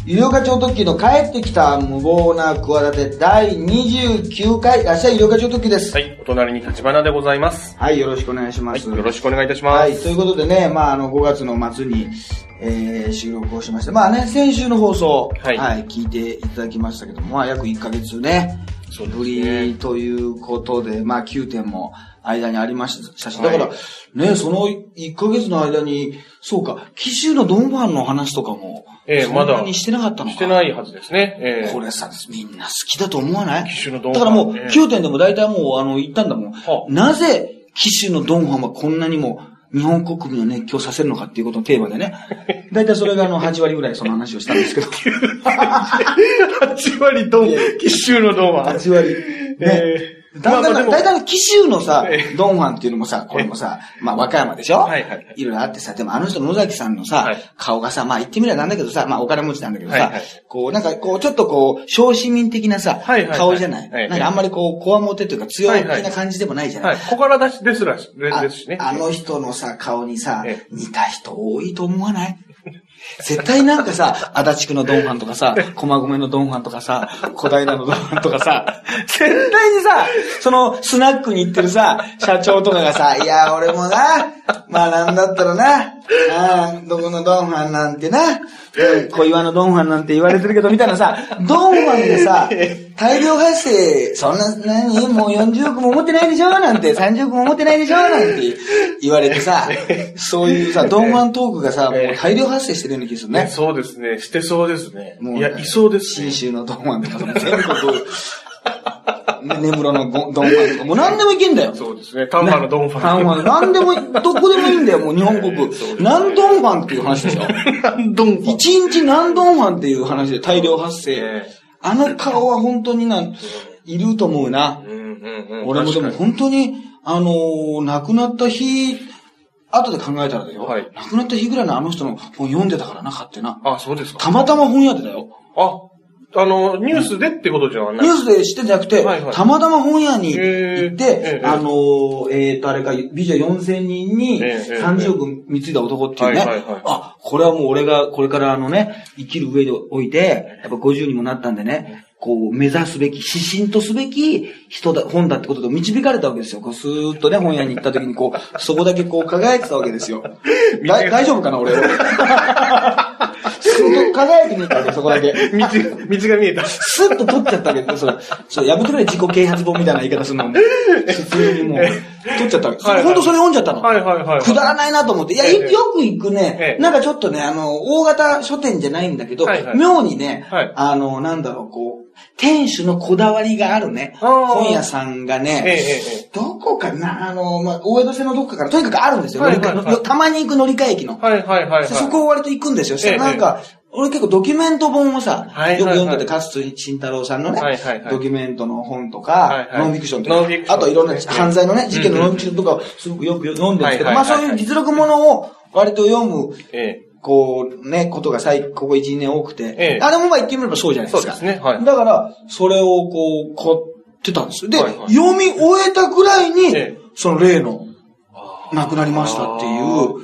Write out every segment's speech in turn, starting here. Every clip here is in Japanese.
医療課長特急の帰ってきた無謀な企て第29回、明日医療課長特急です。 はい、お隣に立花でございます。 はい、よろしくお願いします。 はい、よろしくお願いいたします。 はい、ということでね、5月の末に、収録をしまして、先週の放送、はい、聞いていただきましたけども、約1ヶ月ね、ぶりということで、9点も間にありましたし、だからね、その1ヶ月の間に、そうか、紀州のドンファンの話とかも、そんなにしてなかったのか。 してないはずですね。 これさ、みんな好きだと思わない？ 紀州のドンファン。 だからもう、9点でも大体もう、言ったんだもん。なぜ、紀州のドンファンはこんなにも、日本国民を熱狂させるのかっていうことのテーマでね。大体それが8割ぐらいその話をしたんですけど。 8割ドン、紀州のドンは。 8割。ね。大体紀州のさ、ドンファンっていうのもさ、これもさ、和歌山でしょ？はいはい。いろいろあってさ、でもあの人野崎さんのさ、顔がさ、言ってみればなんだけどさ、お金持ちなんだけどさ、ちょっと小市民的なさ、顔じゃない。なんかあんまりこわもてというか強気な感じでもないじゃない。 小柄ですしね。 あの人のさ、顔にさ、似た人多いと思わない？絶対なんかさ、足立区のドンファンとかさ、駒込のドンファンとかさ、小平のドンファンとかさ、絶対にさ、そのスナックに行ってるさ、社長とかがさ、いや、俺もな、なんだったらな、どこのドンファンなんてな、小岩のドンファンなんて言われてるけど、みたいなさ、ドンファンでさ、大量発生、そんな、もう40億も持ってないでしょなんて、30億も持ってないでしょなんて言われてさ、そういうさ、ドンファントークがさ、もう大量発生してるような気がするね。 そうですね、してそうですね。いや、いそうですね。信州のドンファンとか、全国、根室のドンファンとか、もう何でもいけんだよ。 そうですね、丹波のドンファン。 丹波何でも、どこでもいいんだよ、もう日本国。何ドンファンっていう話でしょ。一日何ドンファンっていう話で大量発生。あの顔は本当にいると思うな。俺もでも本当に、亡くなった日、後で考えたらだよ。亡くなった日ぐらいのあの人の本読んでたからな、勝手な。 あ、そうですか。 たまたま本屋でだよ。 ニュースでってことじゃない？ ニュースで知ってんじゃなくて、たまたま本屋に行って、あれか、美女4000人に30億貢いだ男っていうね。これはもう俺がこれから生きる上でおいて、やっぱ50にもなったんでね、目指すべき、指針とすべき本だってことで導かれたわけですよ。スーッとね、本屋に行った時にそこだけ輝いてたわけですよ。大丈夫かな、俺。輝いて見えたわけ、そこだけ。 道が見えた。 スッと取っちゃったわけど、やめてくれ、自己啓発本みたいな言い方するのね。普通にもう、取っちゃったわけ。ほんとそれ読んじゃったの。くだらないなと思って。いや、よく行くね、なんかちょっとね、大型書店じゃないんだけど、妙にね、店主のこだわりがあるね、本屋さんがね、どこかな、大江戸線のどっかからとにかくあるんですよ。たまに行く乗り換え駅の。そこを割と行くんですよ。なんか、俺結構ドキュメント本をさ、よく読んでて、勝慎太郎さんのね、ドキュメントの本とか、ノンフィクションとか、あといろんな犯罪のね、事件のノンフィクションとかすごくよく読んでるんですけど、そういう実力ものを割と読む、ことがここ1、2年多くて、あれも言ってみればそうじゃないですか。そうですね。だから、それを買ってたんですよ。で、読み終えたぐらいに、その例の、亡くなりましたっていう、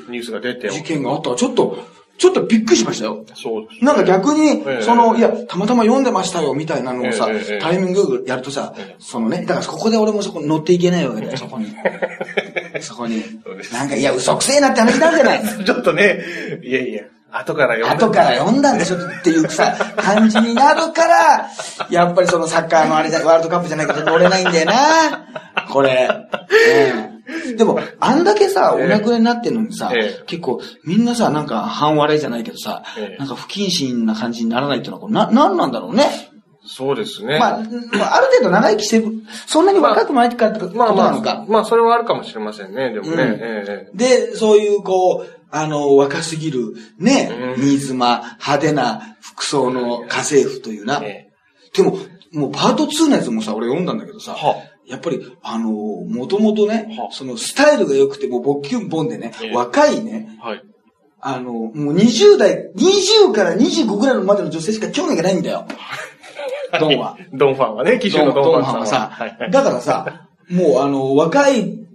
ニュースが出て、 事件があったら、ちょっとびっくりしましたよ。 そうです。 なんか逆に、いや、たまたま読んでましたよ、みたいなのをさ、タイミングやるとさ、だからここで俺もそこに乗っていけないわけだよ、そこに。なんか、いや、嘘くせえなって話なんじゃないちょっとね、いや、後から読んだんでしょっていうさ、感じになるから、やっぱりサッカーのワールドカップじゃないけど乗れないんだよな、これ。でも、あんだけさ、お亡くなりになってんのにさ、結構、みんなさ、なんか、半笑いじゃないけどさ、なんか不謹慎な感じにならないっていうのは、なんなんだろうね。 そうですね。 ある程度長生きしてる、そんなに若くないかってことなのか。 それはあるかもしれませんね、でもね。 で、そういう若すぎる、ね、新妻、派手な服装の家政婦というな。でも、もうパート2のやつもさ、俺読んだんだけどさ、やっぱり、もともとね、スタイルが良くて、もうボッキュンボンでね、若いね、もう20から25ぐらいまでの女性しか興味がないんだよ。ドンファンはね、機種のドンファンはさ。だからさ、もう若い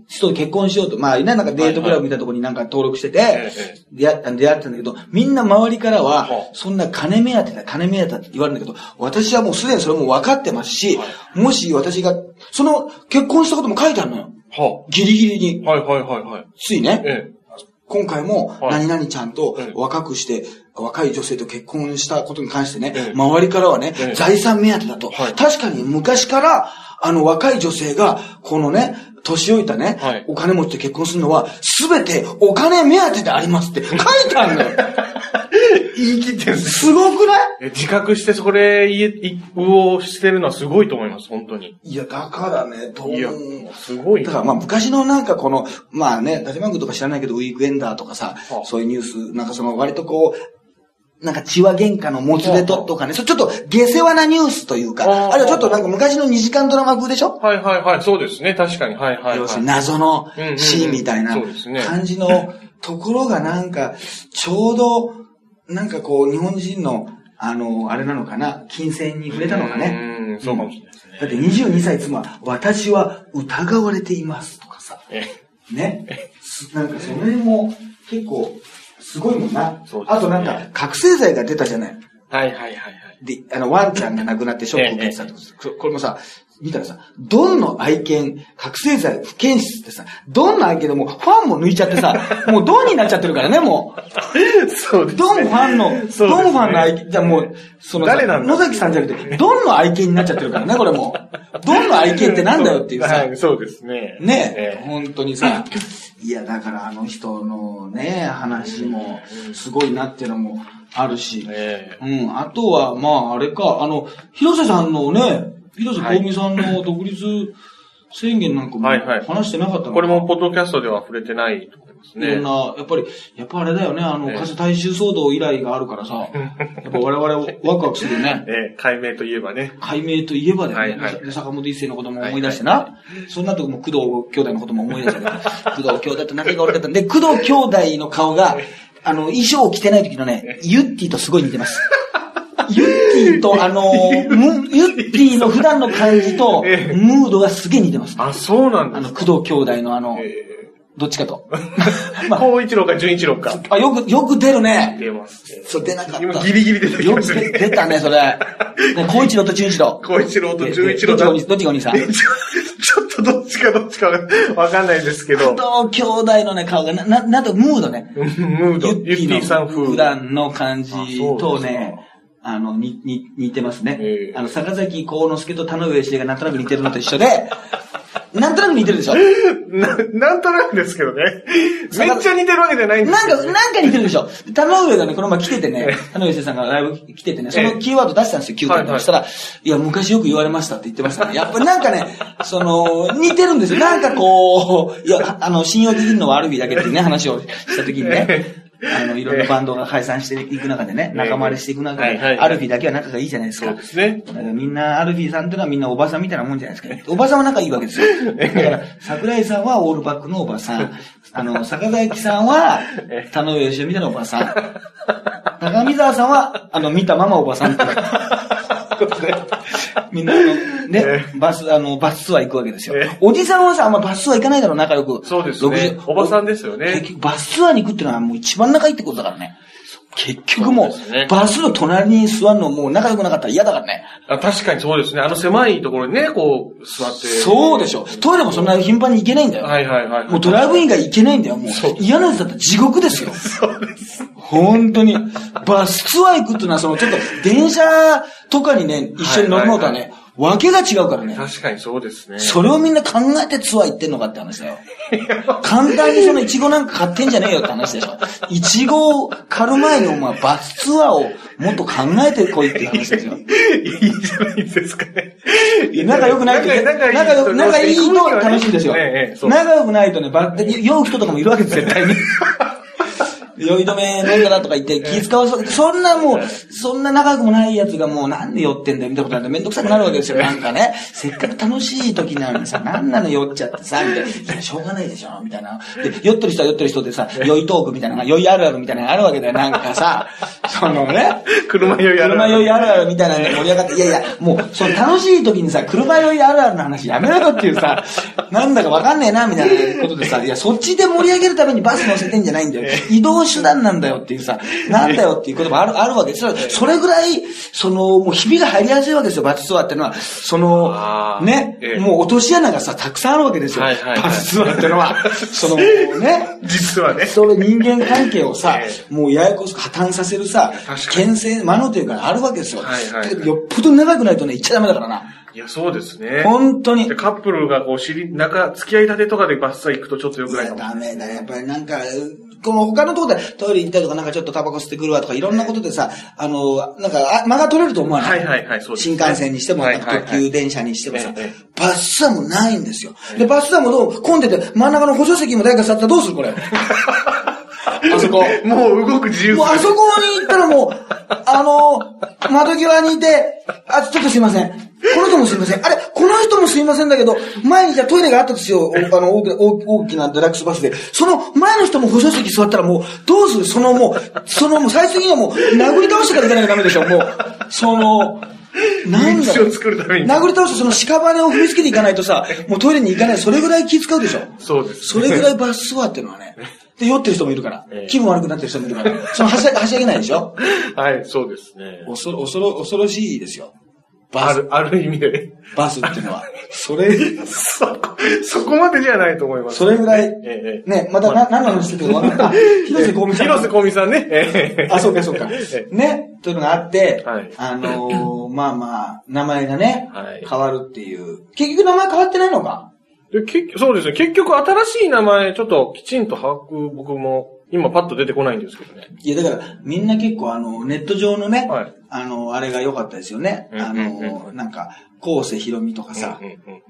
人と結婚しようと、まあね、なんかデートクラブみたいなところになんか登録してて、出会ったんだけど、みんな周りからは、そんな金目当てだって言われるんだけど、私はもうすでにそれも分かってますし、もし私が、その結婚したことも書いてあるのよ。ギリギリに。ついね、今回も何々ちゃんと若くして、若い女性と結婚したことに関してね、周りからはね、財産目当てだと。確かに昔から、若い女性が、このね、年老いたね、お金持ちと結婚するのは、すべてお金目当てでありますって書いてあるのよ。 言い切ってるんです。 すごくない？ 自覚してそれをしてるのはすごいと思います、本当に。 いや、だからね、 いや、すごい。 だからまあ昔のなんかこの、まあね、ダジマングとか知らないけど、ウィークエンダーとかさ、そういうニュース、なんかその割とこう、なんか血は喧嘩のもつれとかね、ちょっと下世話なニュースというか、あるいはちょっとなんか昔の2時間ドラマ風でしょ？ そうですね、確かに。 要するに謎のシーンみたいな感じのところがなんか、ちょうど、なんかこう、日本人の、あれなのかな、金銭に触れたのかね。 そうかもしれないですね。 だって22歳妻、私は疑われていますとかさ。ね。なんかその辺も結構、すごいもんな。あとなんか、覚醒剤が出たじゃない。で、ワンちゃんが亡くなってショックを受けてたってこと。これもさ、見たらさ、ドンの愛犬、覚醒剤不検出ってさ、ドンの愛犬でもうファンも抜いちゃってさ、もうドンになっちゃってるからね、もう。 そうですね。 ドンファンの愛犬、じゃあもう、 誰なんだ野崎さんじゃなくて、ドンの愛犬になっちゃってるからね、これもう。ドンの愛犬ってなんだよっていうさ。 そうですね。 ね、本当にさ。いや、だからあの人のね、話もすごいなっていうのもあるし。あとは、まああれか、広瀬さんのね、広瀬香美さんの独立宣言なんかも話してなかったのか、 これもポッドキャストでは触れてないと思いますね。 いろんな、やっぱりあれだよね、加瀬大衆騒動以来があるからさ、やっぱ我々ワクワクするよね。 解明といえばね。 解明といえばだよね。で、坂本一生のことも思い出してな。そんなとこも工藤兄弟のことも思い出してね。工藤兄弟と仲が悪かったんで、工藤兄弟の顔が、衣装を着てない時のね、ユッティとすごい似てます。ユッティとユッティの普段の感じと、ムードがすげえ似てます。 あ、そうなんですか。工藤兄弟のどっちかと。 光一郎か純一郎か。 あ、よく出るね。 出ますね。 そう、出なかった。 今ギリギリ出てきましたね。 よく出たね、それ。光一郎と純一郎。 光一郎と純一郎。 どっちがお兄さん？ ちょっとどっちかわかんないですけど。 工藤兄弟のね、顔が、なんとムードね。 ムード。ユッティさん風。 普段の感じとね、似てますね。坂崎幸之助と田上芳恵がなんとなく似てるのと一緒で、なんとなく似てるでしょ？ なんとなくですけどね。めっちゃ似てるわけじゃないんですけど、ね。 なんか似てるでしょ？田上がね、この前来ててね、田上芳恵さんがライブ来ててね、そのキーワード出したんですよ、9回。そしたら、いや、昔よく言われましたって言ってましたね。やっぱりなんかね、似てるんですよ。なんかこう、いや、信用できるのはアルビーだけっていうね、話をした時にね。いろんなバンドが解散していく中でね、仲間割れしていく中で、アルフィーだけは仲がいいじゃないですか。 そうですね。 だからみんな、アルフィーさんっていうのはみんなおばさんみたいなもんじゃないですか。おばさんは仲いいわけですよ。だから、桜井さんはオールバックのおばさん。坂崎さんは、田上芳恵みたいなおばさん。高見沢さんは、見たままおばさんってことで。みんなね、バスツアー行くわけですよ。おじさんはさ、あんまバスツアー行かないだろう、仲良く。 そうですね。おばさんですよね。 結局バスツアーに行くってのはもう一番仲いいってことだからね。結局もう、バスの隣に座るのもう仲良くなかったら嫌だからね。 確かにそうですね。狭いところにね、こう、座って。 そうでしょ。トイレもそんな頻繁に行けないんだよ。もうドライブインが行けないんだよ。もう、嫌なやつだったら地獄ですよ。 そうです。 本当に。バスツアー行くっていうのは、ちょっと電車とかにね、一緒に乗るのとはね、わけが違うからね。 確かにそうですね。 それをみんな考えてツアー行ってんのかって話だよ。簡単にそのイチゴなんか買ってんじゃねえよって話でしょ。イチゴを買る前にお前バスツアーをもっと考えてこいっていう話ですよ。 いいじゃないですかね。 仲良くないとね、仲いいと楽しいんですよ。仲良くないとね、酔う人とかもいるわけです、絶対に。 酔い止め飲んだらとか言って気使わそう。そんなもう、そんな仲良くもないやつがもうなんで酔ってんだよみたいなことなんでめんどくさくなるわけですよ。なんかね。せっかく楽しい時なのにさ、なんなの酔っちゃってさ、みたいな。いや、しょうがないでしょみたいな。で、酔ってる人は酔ってる人でさ、酔いトークみたいな、酔いあるあるみたいなのがあるわけだよ。なんかさ、そのね。 車酔いあるある。 車酔いあるあるみたいなので盛り上がって、いやいや、もう、その楽しい時にさ、車酔いあるあるの話やめろよっていうさ、なんだかわかんねえな、みたいなことでさ、いや、そっちで盛り上げるためにバス乗せてんじゃないんだよ。移動手段なんだよっていうさ、なんだよっていうこともあるわけですよ。それぐらい、もうひびが入りやすいわけですよ、バスツアーってのは。ね、もう落とし穴がさ、たくさんあるわけですよ。バスツアーってのは。 実はね。 それ人間関係をさ、もうややこしく破綻させるさ、牽制、魔のというかあるわけですよ。よっぽど長くないとね、言っちゃダメだからな。 いや、そうですね。 本当に。 でカップルがこう付き合いたてとかでバスツアー行くとちょっと良くないかも。 ダメだよ。やっぱりなんか、この他のところでトイレ行ったりとかなんかちょっとタバコ吸ってくるわとかいろんなことでさ、なんか、間が取れると思わない。そうですね。新幹線にしても、特急電車にしてもさ、バスツアーもないんですよ。で、バスツアーも混んでて真ん中の補助席も誰か座ったらどうするこれ。あそこ。 もう動く自由。 もうあそこに行ったらもう、窓際にいて、ちょっとすいません。この人もすいません。あれ、この人もすいませんだけど、前にじゃトイレがあったとしよう。大きなデラックスバスで。その前の人も補助席座ったらもう、どうするもう最終的にはもう、殴り倒してからいかなきゃダメでしょ。もう、 なんだろう。を作るために。 殴り倒してその屍を踏みつけていかないとさ、もうトイレに行かない。それぐらい気使うでしょ。 そうです。 それぐらいバスツアーっていうのはね。で、酔ってる人もいるから。気分悪くなってる人もいるから。はしゃげないでしょ。 はい、そうですね。 恐ろしいですよ。 ある意味でね。 バスっていうのは。そこまでじゃないと思います。 それぐらい。ね、また何の話してるか分かった。広瀬香美さん。 広瀬香美さんね。 そうか。ね、というのがあって、名前がね、変わるっていう。結局名前変わってないのか。 そうですね。結局新しい名前ちょっときちんと把握僕も今パッと出てこないんですけどね。 いやだからみんな結構ネット上のね、あれが良かったですよね。なんか、昴生ひろみとかさ、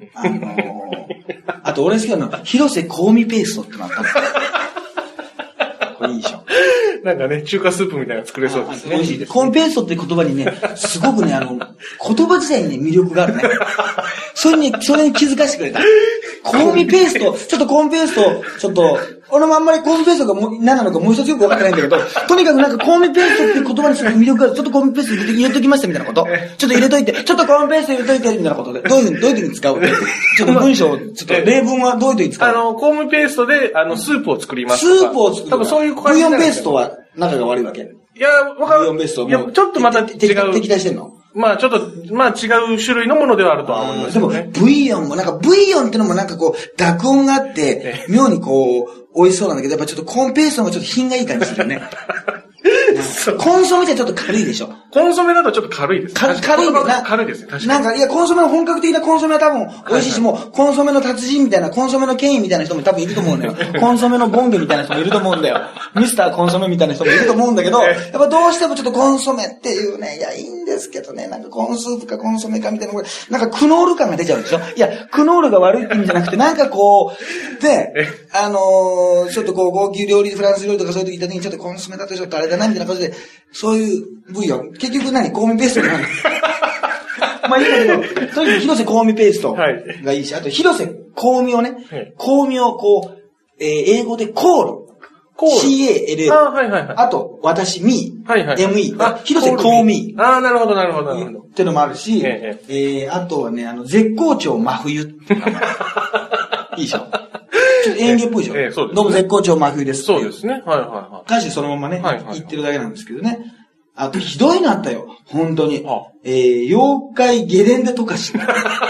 あと俺好きなの広瀬香美ペーストってのあったの。これいいでしょ。 なんかね、中華スープみたいなの作れそうですね。 美味しいです。コーンペーストって言葉にね、すごくね、言葉自体にね、魅力があるね。それに気づかせてくれた。コーンペースト、ちょっとコーンペースト、俺もあんまりコーンペーストが何なのかもう一つよくわかってないんだけど、とにかくなんかコーンペーストっていう言葉にすごく魅力がある。ちょっとコーンペースト入れときましたみたいなこと。ちょっと入れといて、ちょっとコーンペースト入れといてみたいなことで。どういう時に使うちょっと文章、ちょっと例文はどういう時に使うコーンペーストで、スープを作りますとか。スープを作る。 多分そういうブイヨンペーストは仲が悪いわけ。 いや、わかる。 ブイヨンペーストいや、ちょっとまた違う。 敵対してんのちょっと、違う種類のものではあるとは思いますよね。 でも、ブイヨンも、なんか、ブイヨンってのもなんかこう、濁音があって、妙にこう、美味しそうなんだけど、やっぱちょっとコーンペーストもちょっと品がいい感じするよね。コンソメじゃちょっと軽いでしょ。 コンソメだとちょっと軽いです。 軽いな。軽いですね。確かに。 なんか、いや、コンソメの本格的なコンソメは多分美味しいし、もう、コンソメの達人みたいな、コンソメの権威みたいな人も多分いると思うんだよ。コンソメのボンゲみたいな人もいると思うんだよ。ミスターコンソメみたいな人もいると思うんだけど、やっぱどうしてもちょっとコンソメっていうね、いや、いいんですけどね、なんかコーンスープかコンソメかみたいな、これ、なんかクノール感が出ちゃうんでしょ。いや、クノールが悪いって意味じゃなくて、なんかこう、で、ちょっとこう、高級料理、フランス料理とかそういう時行った時にちょっとコンソメだとちょっとあれだな、みたいな感じで、そういう部位は、結局コーンペーストなんだ。まあいいんだけど、とにかく広瀬香美ペーストがいいし、あと広瀬香美をね、香美をこう、英語でコール。CAL。あと、私、ME。広瀬香美。 なるほど。 ってのもあるし、あとはね、絶好調真冬。いいでしょ。ちょっと演技っぽいでしょ。どうも絶好調真冬です。 そうですね。 歌詞そのままね、言ってるだけなんですけどね。あと、ひどいのあったよ。本当に。妖怪ゲレンデとかし。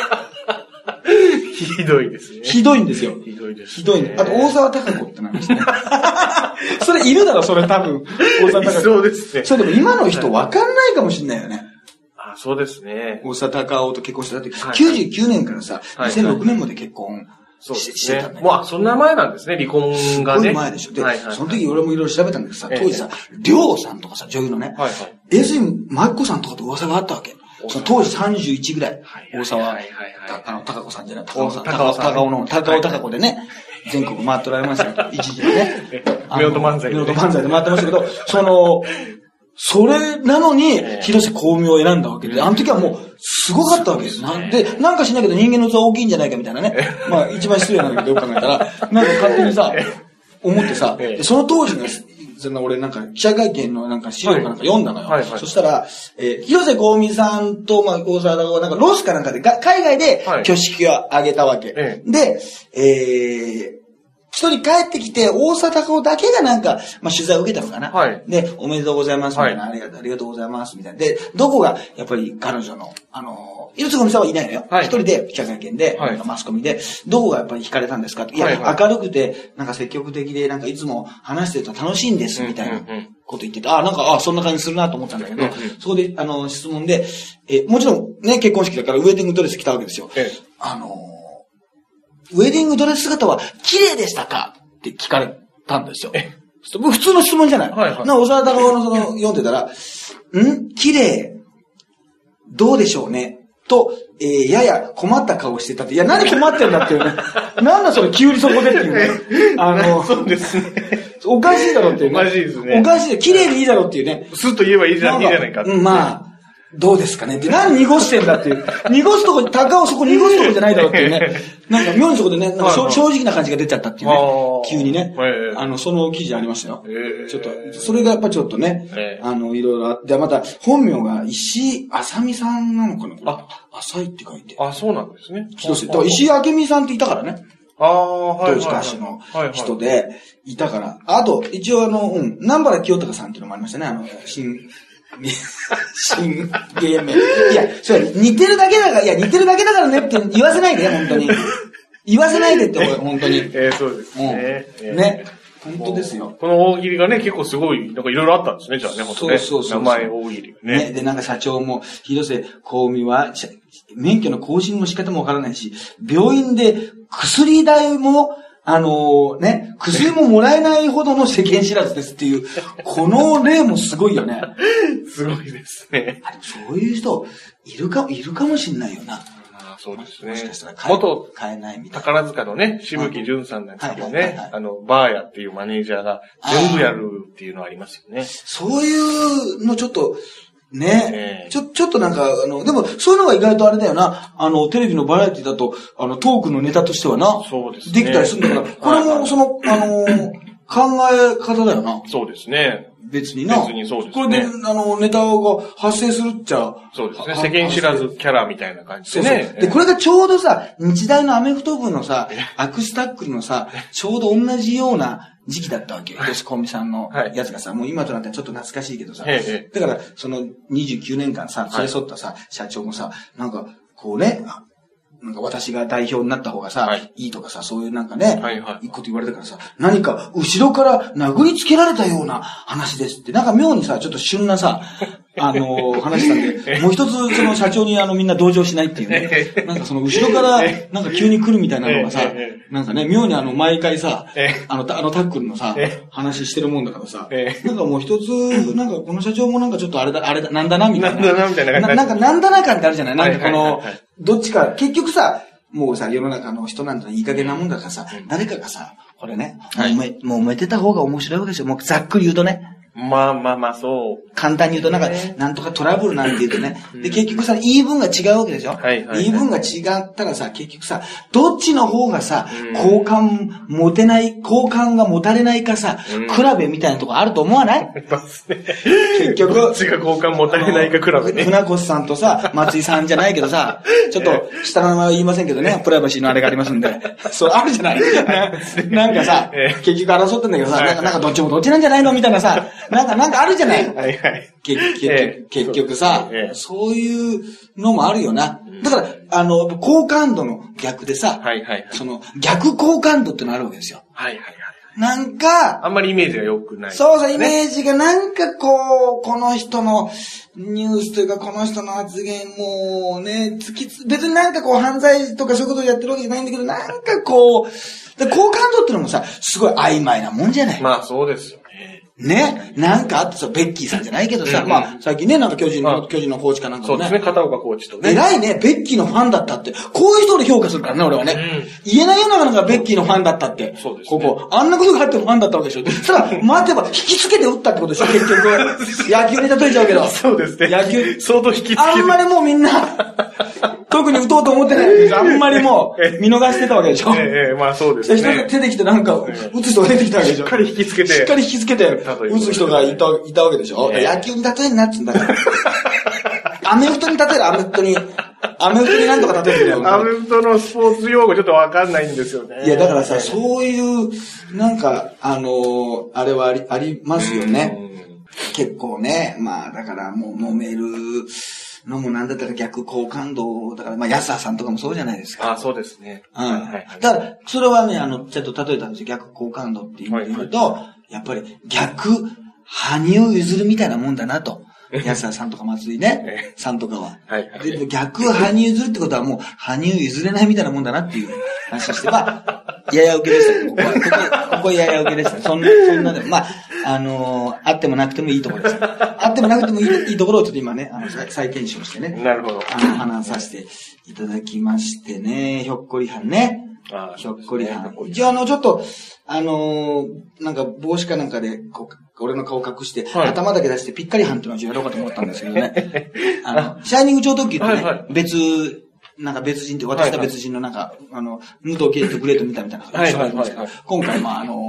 ひどいですね。 ひどいんですよ。 ひどいです。 ひどいね。あと、大沢たか子ってなんですね。それいるだろ、それ多分。大沢たか子。 そうですね。 それでも今の人わかんないかもしんないよね。 そうですね。 大沢たか子と結婚したって、99年からさ、2006年まで結婚してたんだよ。 もう、そんな前なんですね、離婚がね。 すごい前でしょ。で、その時俺もいろいろ調べたんだけどさ、当時さ、りょうさんとかさ、女優のね、江角真紀子さんとかと噂があったわけ。その当時31ぐらい。大沢、高子さんじゃない、高尾高子でね。 全国回っておられましたよ。一時はね。 夫婦漫才で。 夫婦漫才で回ってましたけど、それなのに、広瀬香美を選んだわけで、あの時はもう、すごかったわけです。なんかしないけど人間の器大きいんじゃないかみたいなね。まあ、一番失礼なんだけど、よく考えたら、なんか勝手にさ、思ってさ、その当時の、俺なんか記者会見のなんか資料かなんか読んだのよ。そしたら、広瀬香美さんと、まあ、大沢たかおがなんかロスかなんかで、海外で挙式を挙げたわけ。で、一人帰ってきて、大沢たかおだけがなんか、まあ、取材を受けたのかな。で、おめでとうございます、みたいな、ありがとうございます、みたいな。で、どこが、やっぱり彼女の、広瀬香美さんはいないのよ。一人で記者会見で、マスコミで、どこがやっぱり惹かれたんですかいや、明るくて、なんか積極的で、なんかいつも話してると楽しいんです、みたいなこと言ってて、そんな感じするなと思ったんだけど、そこで、質問で、もちろんね、結婚式だからウェディングドレス着たわけですよ。ウェディングドレス姿は綺麗でしたかって聞かれたんですよ。普通の質問じゃない。小沢たかおの読んでたら、綺麗、どうでしょうね。と、やや困った顔してたって。いや、何困ってんだっていうね。なんだそれ急にそこでっていうね。 そうですね。 おかしいだろっていうね。 おかしいですね。 おかしい。綺麗でいいだろっていうね。 スッと言えばいいじゃないかって。 まあ、どうですかねって。何濁してんだっていう。濁すとこ、たかをそこ濁すとこじゃないだろっていうね。なんか妙にそこでね、なんか正直な感じが出ちゃったっていうね。急にね。その記事ありましたよ。ちょっと、それがやっぱちょっとね、いろいろあって、また、本名が石井あさみさんなのかな浅いって書いて。 そうなんですね。 だから石井明美さんっていたからね。当時歌手の人で、いたから。あと、一応南原清隆さんっていうのもありましたね。新芸名。いや、それ似てるだけだからねって言わせないで、本当に。言わせないでって、本当に。 そうですね。 ね。本当ですよ。 この大喜利がね、結構すごい、なんかいろいろあったんですね、じゃあね、本当ね。そう。名前大喜利がね。 で、なんか社長も、広瀬香美は、免許の更新の仕方もわからないし、病院で薬代も、薬ももらえないほどの世間知らずですっていう、この例もすごいよね。 すごいですね。 そういう人、いるかもしんないよな。 そうですね。 もしかしたら買えないみたいな。 宝塚のね、しぶきじゅんさんなんですけどね、バーヤっていうマネージャーが全部やるっていうのありますよね。 そういうのちょっと、ね、ちょっとなんか、でも、そういうのが意外とあれだよな。テレビのバラエティだと、トークのネタとしてはな。 そうですね。 できたりするんだから、これも、考え方だよな。 そうですね。 別にな。 別にそうですね。 これで、ネタが発生するっちゃ。 そうですね。世間知らずキャラみたいな感じでね。 で、これがちょうどさ、日大のアメフト部のさ、アクスタックルのさ、ちょうど同じような時期だったわけよ。広瀬香美さんのやつがさ、もう今となってはちょっと懐かしいけどさ。だから、その29年間さ、連れ添ったさ、社長もさ、なんか、こうね、なんか私が代表になった方がさ、いいとかさ、そういうなんかね、いいこと言われたからさ、何か後ろから殴りつけられたような話ですって、なんか妙にさ、ちょっと旬なさ、話したんで、もう一つその社長にみんな同情しないっていうね、なんかその後ろからなんか急に来るみたいなのがさ、なんかね、妙に毎回さ、タックルのさ、話してるもんだからさ、なんかもう一つ、なんかこの社長もなんかちょっとあれだ、なんだなみたいな。なんだなみたいな感じ。なんかなんだな感ってあるじゃないなんかこの、どっちか、結局さ、もうさ、世の中の人なんていい加減なもんだからさ、誰かがさ、これね、もう埋めてた方が面白いわけですよ。もうざっくり言うとね。 まあ、そう。 簡単に言うと、なんか、なんとかトラブルなんて言うとね。で、結局さ、言い分が違うわけでしょ言い分が違ったらさ、結局さ、どっちの方がさ、好感が持たれないかさ、比べみたいなとこあると思わない結局。 どっちが好感持たれないか比べね。 船越さんとさ、松井さんじゃないけどさ、ちょっと、下の名前は言いませんけどね、プライバシーのあれがありますんで。そう、あるじゃないなんかさ、結局争ってんだけどさ、なんかどっちもどっちなんじゃないのみたいなさ、なんかあるじゃない。結局さ、そういうのもあるよな。だから、好感度の逆でさ、その、逆好感度ってのあるわけですよ。なんか、 あんまりイメージが良くない。 そう、イメージがなんかこの人のニュースというか、この人の発言もね、別になんか犯罪とかそういうことをやってるわけじゃないんだけど、なんか好感度ってのもさ、すごい曖昧なもんじゃない。 まあそうですよね。 ね、なんかあってさ、ベッキーさんじゃないけどさ、まあ、最近ね、なんか巨人のコーチかなんかそうですね、片岡コーチとね。 偉いね、ベッキーのファンだったって。こういう人で評価するからね、俺はね。言えないようなのがベッキーのファンだったって。 そうです。 ここ。あんなことがあってもファンだったわけでしょ。そしたら、待てば、引きつけて打ったってことでしょ、結局。野球に例えちゃうけど。 そうですね。 野球。 相当引きつけて。 あんまりもうみんな、特に打とうと思ってない。あんまりもう、見逃してたわけでしょ。 まあそうですね。 出てきてなんか、打つ人が出てきたわけでしょ。 しっかり引きつけて。 しっかり引きつけて、打つ人がいたわけでしょ。野球に例えんなっつうんだから。アメフトに例える、アメフトになんとか例えるよ。 アメフトのスポーツ用語ちょっとわかんないんですよね。 いや、だからさ、そういう、なんか、あれはありますよね。結構ね。まあ、だからもう揉めるのもなんだったら逆好感度、だからまあ、安田さんとかもそうじゃないですか。 あ、そうですね。 うん。だから、それはね、ちょっと例えたんですよ。逆好感度っていう意味で言うと、やっぱり逆、羽生結弦みたいなもんだなと。安田さんとか松井ね、さんとかは。で、逆羽生結弦ってことはもう、羽生譲れないみたいなもんだなっていう話をして、まあ、やや受けでしたけど、ここやや受けでした。そんなでも、まあ、あってもなくてもいいところです。あってもなくてもいいところをちょっと今ね、再検証してね。 なるほど。 話させていただきましてね、ひょっこりはんね。ひょっこりはん。一応ちょっと、なんか帽子かなんかで、俺の顔隠して、頭だけ出してぴっかりはんっていうのをやろうかと思ったんですけどね。シャイニング超特急ってね、別人って、私と別人のなんか、武藤圭とグレート見たみたいな話がありますけど、今回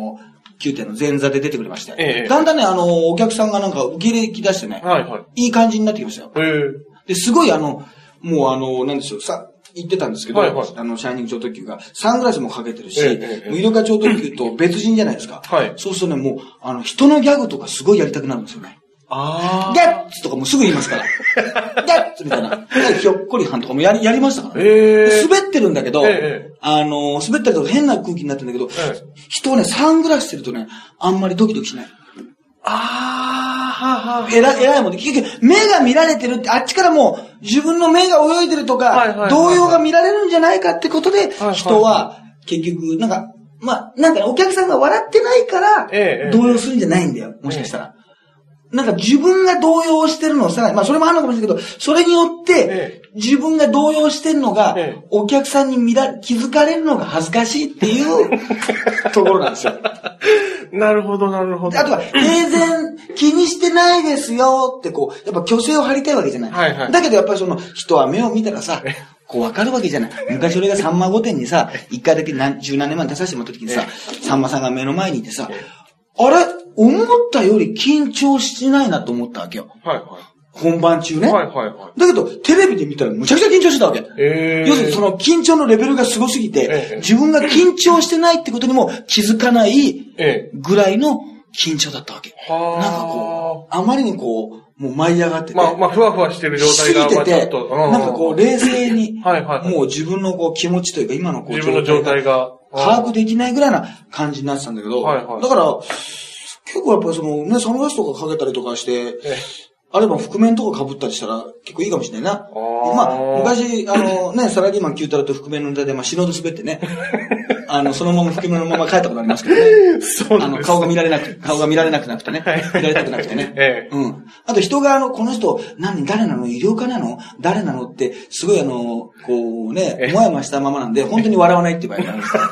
9点の前座で出てくれまして、だんだんね、お客さんがなんか受け入れき出してね、いい感じになってきましたよ。で、すごいもうなんでしょう、言ってたんですけど、シャイニング超特急がサングラスもかけてるし、イルカ超特急と別人じゃないですか。そうするとね、もう、人のギャグとかすごいやりたくなるんですよね。ギャッツとかもすぐ言いますから。ギャッツみたいな。ひょっこりはんとかもやりましたからね。滑ってるんだけど、滑ったりとか変な空気になってるんだけど、人はね、サングラスしてるとね、あんまりドキドキしない。偉いもんで、結局、目が見られてるって、あっちからもう、自分の目が泳いでるとか、動揺が見られるんじゃないかってことで、人は、結局、なんか、まあ、なんかお客さんが笑ってないから、動揺するんじゃないんだよ、もしかしたら。なんか自分が動揺してるのをさ、まあそれもあるのかもしれないけど、それによって、自分が動揺してるのが、お客さんに気づかれるのが恥ずかしいっていうところなんですよ。 なるほど、なるほど。 あとは、平然気にしてないですよってこう、やっぱ虚勢を張りたいわけじゃない。だけどやっぱり人は目を見たらさ、こうわかるわけじゃない。昔俺がさんま御殿にさ、一回だけ十何年前に出させてもらった時にさ、さんまさんが目の前にいてさ、あれ思ったより緊張してないなと思ったわけよ。本番中ね。だけど、テレビで見たらむちゃくちゃ緊張してたわけ。要するにその緊張のレベルがすごすぎて、自分が緊張してないってことにも気づかないぐらいの緊張だったわけ。なんかこう、あまりにこう、もう舞い上がってて。 まあ、ふわふわしてる状態が、 まあちょっと、なんかこう、冷静に、もう自分のこう気持ちというか、今のこう、 自分の状態が、 把握できないぐらいな感じになってたんだけど、だから、結構やっぱりサングラスとかかけたりとかして、あれば覆面とか被ったりしたら結構いいかもしれないな。まあ、昔、サラリーマン9たらと覆面のネタで、死ぬほど滑ってね。そのまま覆面のまま帰ったことありますけどね。 そうです。 顔が見られなくなくてね。見られたくなくてね。あと人がこの人、誰なの医療科なの誰なのって、すごいこうね、もやもやしたままなんで、本当に笑わないっていう場合があるんですから。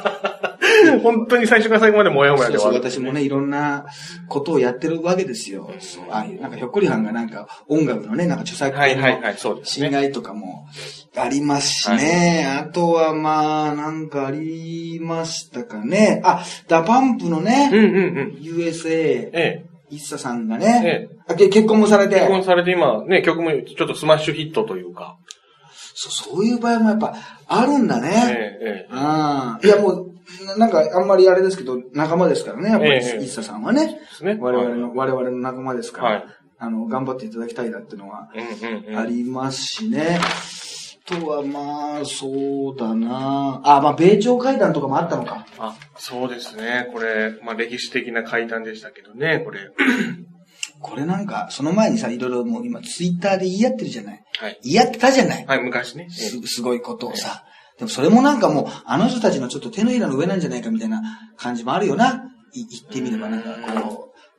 本当に最初から最後までもやもやでそう私もね、いろんなことをやってるわけですよ。なんかひょっこりはんがなんか音楽のね、なんか著作権の侵害とかもありますしね。あとはまあ、なんかありましたかね。ダパンプのね、USA、イッサさんがね、結婚もされて。 結婚されて今ね、曲もちょっとスマッシュヒットというか。 そういう場合もやっぱあるんだね。いやもう、なんかあんまりあれですけど、仲間ですからね、やっぱりイッサさんはね。我々の仲間ですから、頑張っていただきたいなっていうのはありますしね。とはまあ、そうだなまあ、米朝会談とかもあったのか。 そうですね。これ、まあ歴史的な会談でしたけどね、これ。 これなんか、その前にさ、いろいろもう今ツイッターで言い合ってるじゃない。言い合ってたじゃない。 昔ね。 すごいことをさ。でもそれもなんかもう、あの人たちのちょっと手のひらの上なんじゃないかみたいな感じもあるよな。言ってみればなんかこ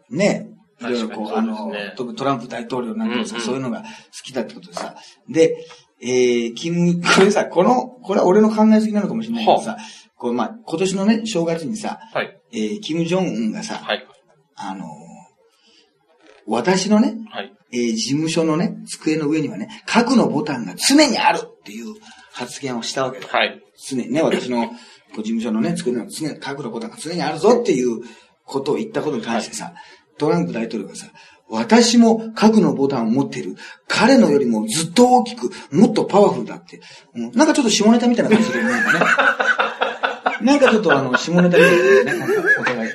ね、いろいろこう、特にトランプ大統領なんかさ、そういうのが好きだってことでさ、で、これさ、これは俺の考えすぎなのかもしれないけどさ、こうまあ、今年のね、正月にさ、キム・ジョンウンがさ、私のね、事務所のね、机の上にはね、核のボタンが常にあるっていう発言をしたわけだ。常にね、私の事務所のね、机の上に核のボタンが常にあるぞっていうことを言ったことに関してさ、トランプ大統領がさ、私も核のボタンを持っている。彼のよりもずっと大きく、もっとパワフルだって。なんかちょっと下ネタみたいな感じでね。なんかちょっと下ネタみたいなね。お互い。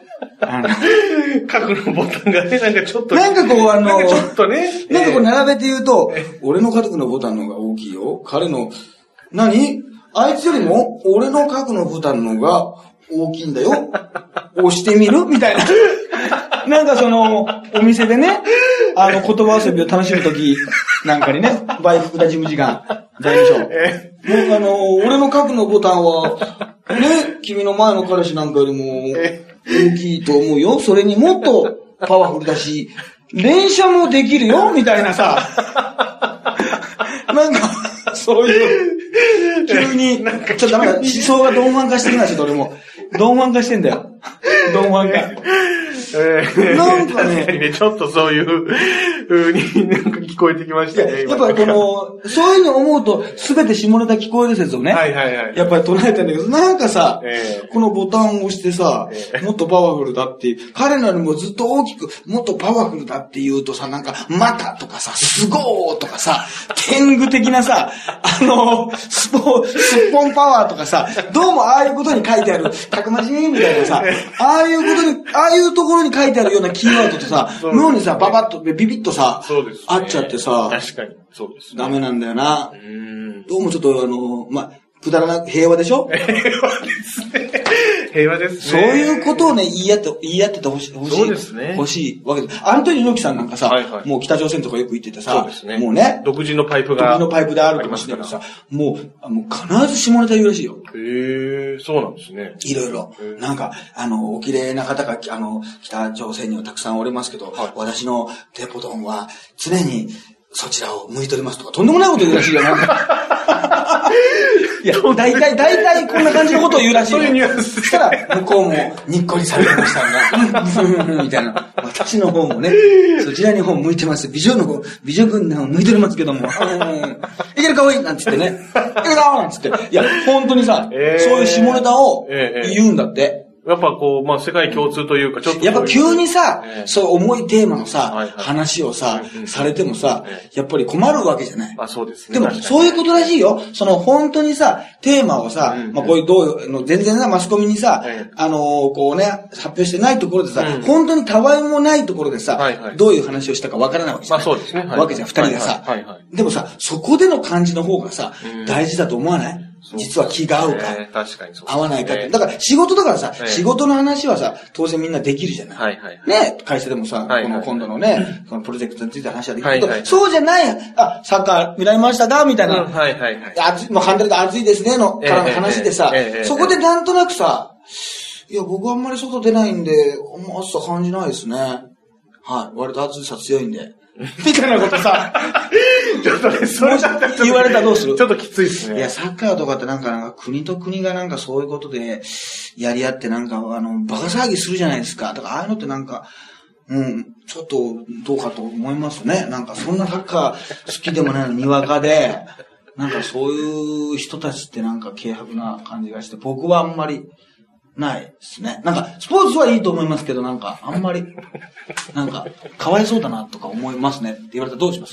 核のボタンがね、なんかちょっと。 なんかこうちょっとね。 なんかこう並べて言うと、俺の核のボタンの方が大きいよ。彼の、あいつよりも、俺の核のボタンの方が大きいんだよ。押してみるみたいな。なんかお店でね、言葉遊びを楽しむときなんかにね、バイ福田事務次官、財務省。もう俺の核のボタンは、ね、君の前の彼氏なんかよりも大きいと思うよ。それにもっとパワフルだし、連射もできるよ、みたいなさ。なんか、そういう、急に、ちょっとダメだ、思想が鈍慢化してきました、俺も。鈍慢化してんだよ。鈍慢化。なんかね、 ちょっとそういう風になんか聞こえてきましたね。 やっぱそういうの思うと、すべて下ネタ聞こえる説をね。やっぱり唱えたんだけど、なんかさ、このボタンを押してさ、もっとパワフルだっていう、彼らにもずっと大きく、もっとパワフルだって言うとさ、なんか、またとかさ、すごーとかさ、天狗的なさ、すっぽんパワーとかさ、どうもああいうことに書いてある、たくましいみたいなさ、ああいうところに書いてあるようなキーワードとさ、妙にさ、ババッと、ビビッとさ、あっちゃってさ、 確かに、そうです。 ダメなんだよな。どうもちょっとくだらな、平和でしょ？ 平和ですね。平和ですね。 そういうことをね、言い合っててほしい。 そうですね。 欲しいわけです。アントニオ猪木さんなんかさ、もう北朝鮮とかよく行っててさ、 そうですね。 もうね、 独自のパイプであるかもしれないけどさ、もう必ず下ネタ言うらしいよ。 へえ、そうなんですね。 いろいろ。なんか、お綺麗な方が、北朝鮮にはたくさんおりますけど、私のテポドンは常にそちらを向いておりますとか、とんでもないこと言うらしいよ、なんか。いや、大体こんな感じのことを言うらしいよ。 そういうニュアンス。 そしたら、向こうもにっこりされてましたが、みたいな。私の方もね、そちらに方向いてます。美女軍団を向いておりますけども、いけるかおいなんつってね。いけるかなんつって。いや、本当にさ、そういう下ネタを言うんだって。 やっぱこう、世界共通というか、ちょっと。 やっぱ急にさ、そう重いテーマのさ、話をさ、されてもさ、やっぱり困るわけじゃない。 そうですね。 でも、そういうことらしいよ。本当にさ、テーマをさ、こういう全然さ、マスコミにさ、こうね、発表してないところでさ、本当にたわいもないところでさ、どういう話をしたかわからないわけじゃない。 そうですね。 わけじゃん、二人がさ。でもさ、そこでの感じの方がさ、大事だと思わない？実は気が合うか、 確かにそう、 合わないかって。だから仕事だからさ、仕事の話はさ、当然みんなできるじゃない。ね、会社でもさ、今度のね、このプロジェクトについて話はできるけど、そうじゃない、サッカー見られましたかみたいな。もうハンドルが熱いですねからの話でさ、そこでなんとなくさ、いや、僕あんまり外出ないんで、あんま暑さ感じないですね。はい。割と暑さ強いんで。みたいなことさ、 ちょっとね、それ言われたらどうする？ ちょっときついですね。 いや、サッカーとかってなんか国と国がなんかそういうことでやり合ってバカ騒ぎするじゃないですか。だからああいうのってちょっとどうかと思いますね。なんかそんなサッカー好きでもないのにわかで、なんかそういう人たちってなんか軽薄な感じがして、僕はあんまりないですね。なんか、スポーツはいいと思いますけど、なんか、あんまり、なんか、かわいそうだなとか思いますねって言われたらどうします？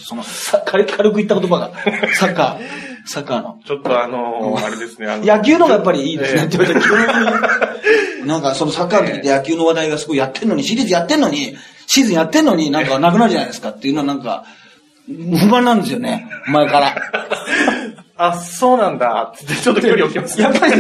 軽く言った言葉が、サッカーの。 ちょっとあれですね。 野球のがやっぱりいいですねって言われたなんか、サッカーの時って野球の話題がすごいやってんのに、シーズンやってんのに、なんかなくなるじゃないですかっていうのはなんか、不満なんですよね、前から。 そうなんだってちょっと距離置きますね。 やっぱり、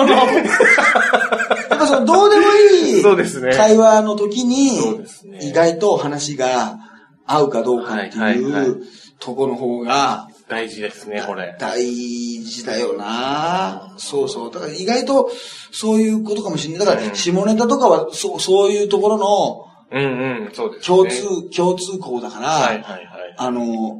どうでもいい会話の時に、意外と話が合うかどうかっていうところの方が、 大事ですね、これ。 大事だよな。そうそう。だから意外とそういうことかもしれない。だから下ネタとかはそういうところの、 そうですね。 共通項だから、 はいはいはい。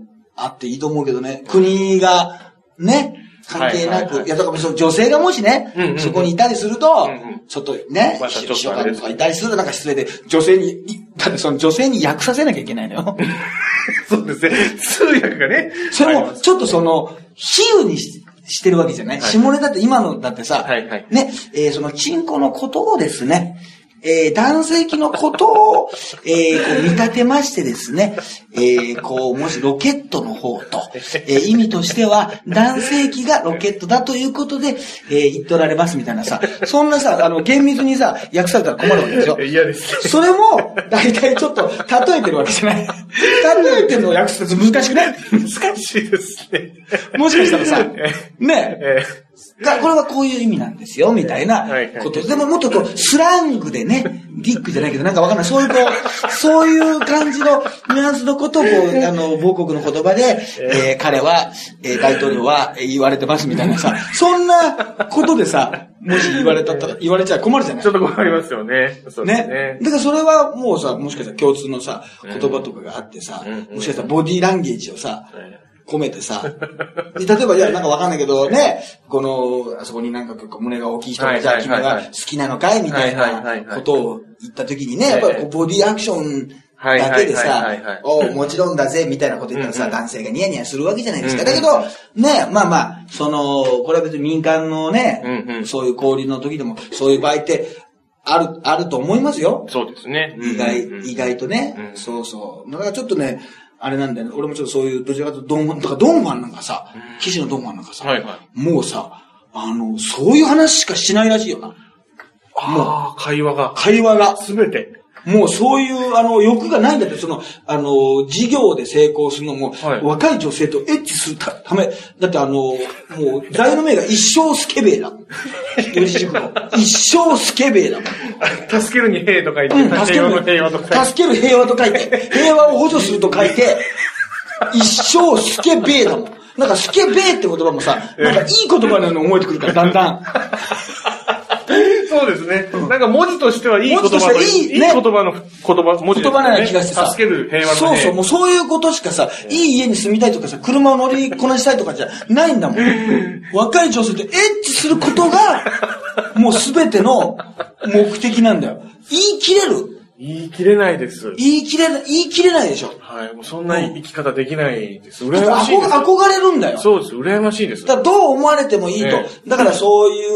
あっていいと思うけどね、国が、ね、関係なく、いや、だから女性がもしね、そこにいたりすると、ちょっとね、秘書官とかいたりするとなんか失礼で、女性に、だってその女性に訳させなきゃいけないのよ。 そうですね。通訳がね。 それも、ちょっと比喩にしてるわけじゃない、下ネタって今のだってさ、ね、そのチンコのことをですね、男性器のことを、こう見立てましてですね、もしロケットの方と、意味としては、男性器がロケットだということで、言っておられますみたいなさ、そんなさ、厳密にさ、訳されたら困るわけでしょ。 嫌です。 それも、だいたいちょっと、例えてるわけじゃない。例えてるのを訳すと難しくない？ 難しいですね。 もしかしたらさ、ね、これはこういう意味なんですよ、みたいなこと。でももっとスラングでね、ディックじゃないけどなんかわかんない。そういう感じのニュアンスのことを母国の言葉で、彼は、大統領は言われてますみたいなさ、そんなことでさ、もし言われちゃ困るじゃない？ ちょっと困りますよね。そうですね。だからそれはもうさ、もしかしたら共通のさ、言葉とかがあってさ、もしかしたらボディーランゲージをさ、込めてさ、例えば、いや、なんかわかんないけどね、あそこになんか胸が大きい人が、じゃあ君が好きなのかいみたいなことを言ったときにね、やっぱりボディアクションだけでさ、もちろんだぜ、みたいなこと言ったらさ、男性がニヤニヤするわけじゃないですか。だけど、ね、まあ、これは別に民間のね、そういう交流の時でも、そういう場合って、あると思いますよ。 そうですね。 意外とね。そうそう。だからちょっとね、あれなんだよね。俺もちょっとそういう、どちらかというとドンファンなんかさ、騎士のドンファンなんかさ、もうさ、そういう話しかしないらしいよな。 もう、会話が。 すべて。 もうそういう、欲がないんだって、事業で成功するのも、若い女性とエッチするため、だってもう、座右の銘が一生スケベーだもん。四字熟語。一生スケベーだもん。 助けるに平と書いて、 助ける平和と書いて、平和を補助すると書いて、一生スケベーだもん。なんかスケベーって言葉もさ、なんかいい言葉なの思えてくるから、だんだん。 そうですね。なんか文字としてはいい言葉の、いい言葉の文字言葉のような気がしてさ。 助ける平和のそうそう、もうそういうことしかさ、いい家に住みたいとかさ、車を乗りこなしたいとかじゃないんだもん。若い女性とエッチすることが、もうすべての目的なんだよ。言い切れる？ 言い切れないです。 言い切れないでしょ。 はい。もうそんな生き方できないです。羨ましいです。 憧れるんだよ。 そうです。羨ましいです。 だからどう思われてもいいと。だからそういう、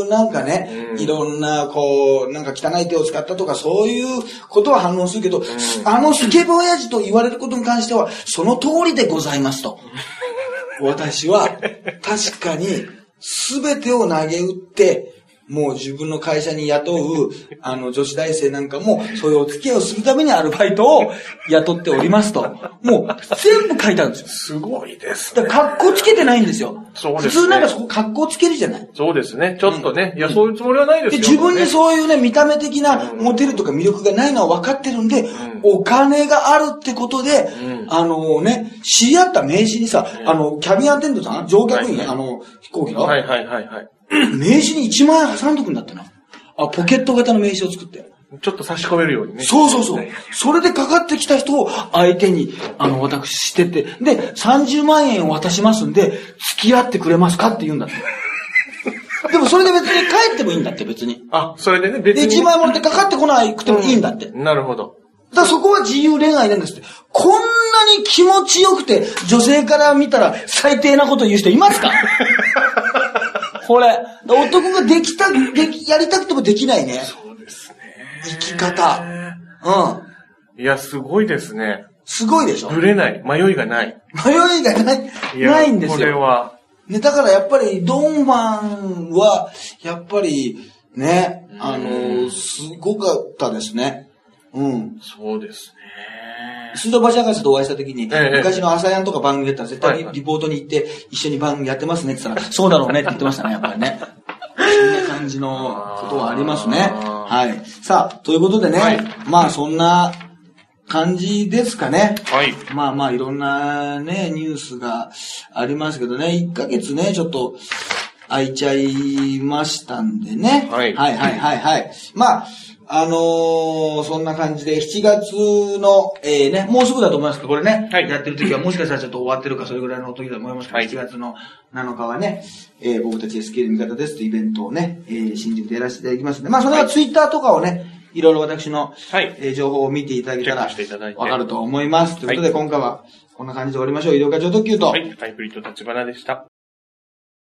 なんかね、いろんな、なんか汚い手を使ったとか、そういうことは反応するけど、スケベ親父と言われることに関しては、その通りでございますと。私は、確かに、すべてを投げ打って、もう自分の会社に雇う、女子大生なんかも、そういうお付き合いをするためにアルバイトを雇っておりますと。もう、全部書いてあるんですよ。 すごいですね。 だから、格好つけてないんですよ。 そうですね。 普通なんかそこ格好つけるじゃない。 そうですね。ちょっとね。いや、そういうつもりはないですよ。 で、自分にそういうね、見た目的なモテるとか魅力がないのは分かってるんで、お金があるってことで、知り合った名刺にさ、キャビンアテンドさん、乗客員、飛行機の。名刺に1万円挟んどくんだってな。ポケット型の名刺を作って。 ちょっと差し込めるようにね。 そう。それでかかってきた人を相手に、私してて、で、30万円を渡しますんで、付き合ってくれますかって言うんだって。でもそれで別に帰ってもいいんだって、別に。 それでね、別に。 で、1万円もらってかかってこなくてもいいんだって。 なるほど。 だからそこは自由恋愛なんですって。こんなに気持ちよくて、女性から見たら最低なこと言う人いますか？これ、男がやりたくてもできないね。 そうですね。 生き方。 いや、すごいですね。 すごいでしょ？ ぶれない。迷いがない。 ないんですよ。 これは。 ね、だからやっぱり、ドンファンは、やっぱり、ね、すごかったですね。 そうですね。 水道橋博士とお会いしたときに、昔の朝やんとか番組やったら絶対にリポートに行って、一緒に番組やってますねって言ったら、そうだろうねって言ってましたね、やっぱりね。そんな感じのことはありますね。はい。さあ、ということでね、まあそんな感じですかね。 はい。 まあいろんなね、ニュースがありますけどね、1ヶ月ね、ちょっと空いちゃいましたんでね。はい。まあ、 そんな感じで、7月の、ね、もうすぐだと思いますけど、これね、はい、やってる時はもしかしたらちょっと終わってるか、それぐらいの時だと思いますけど、はい、7月の7日はね、僕たち SK の味方ですというイベントをね、新宿でやらせていただきますので、まあ、それはツイッターとかをね、いろいろ私の、はい、情報を見ていただけたら、わかると思います。ということで、今回は、こんな感じで終わりましょう。医療課長特急と。 はい、ハイブリッド立花でした。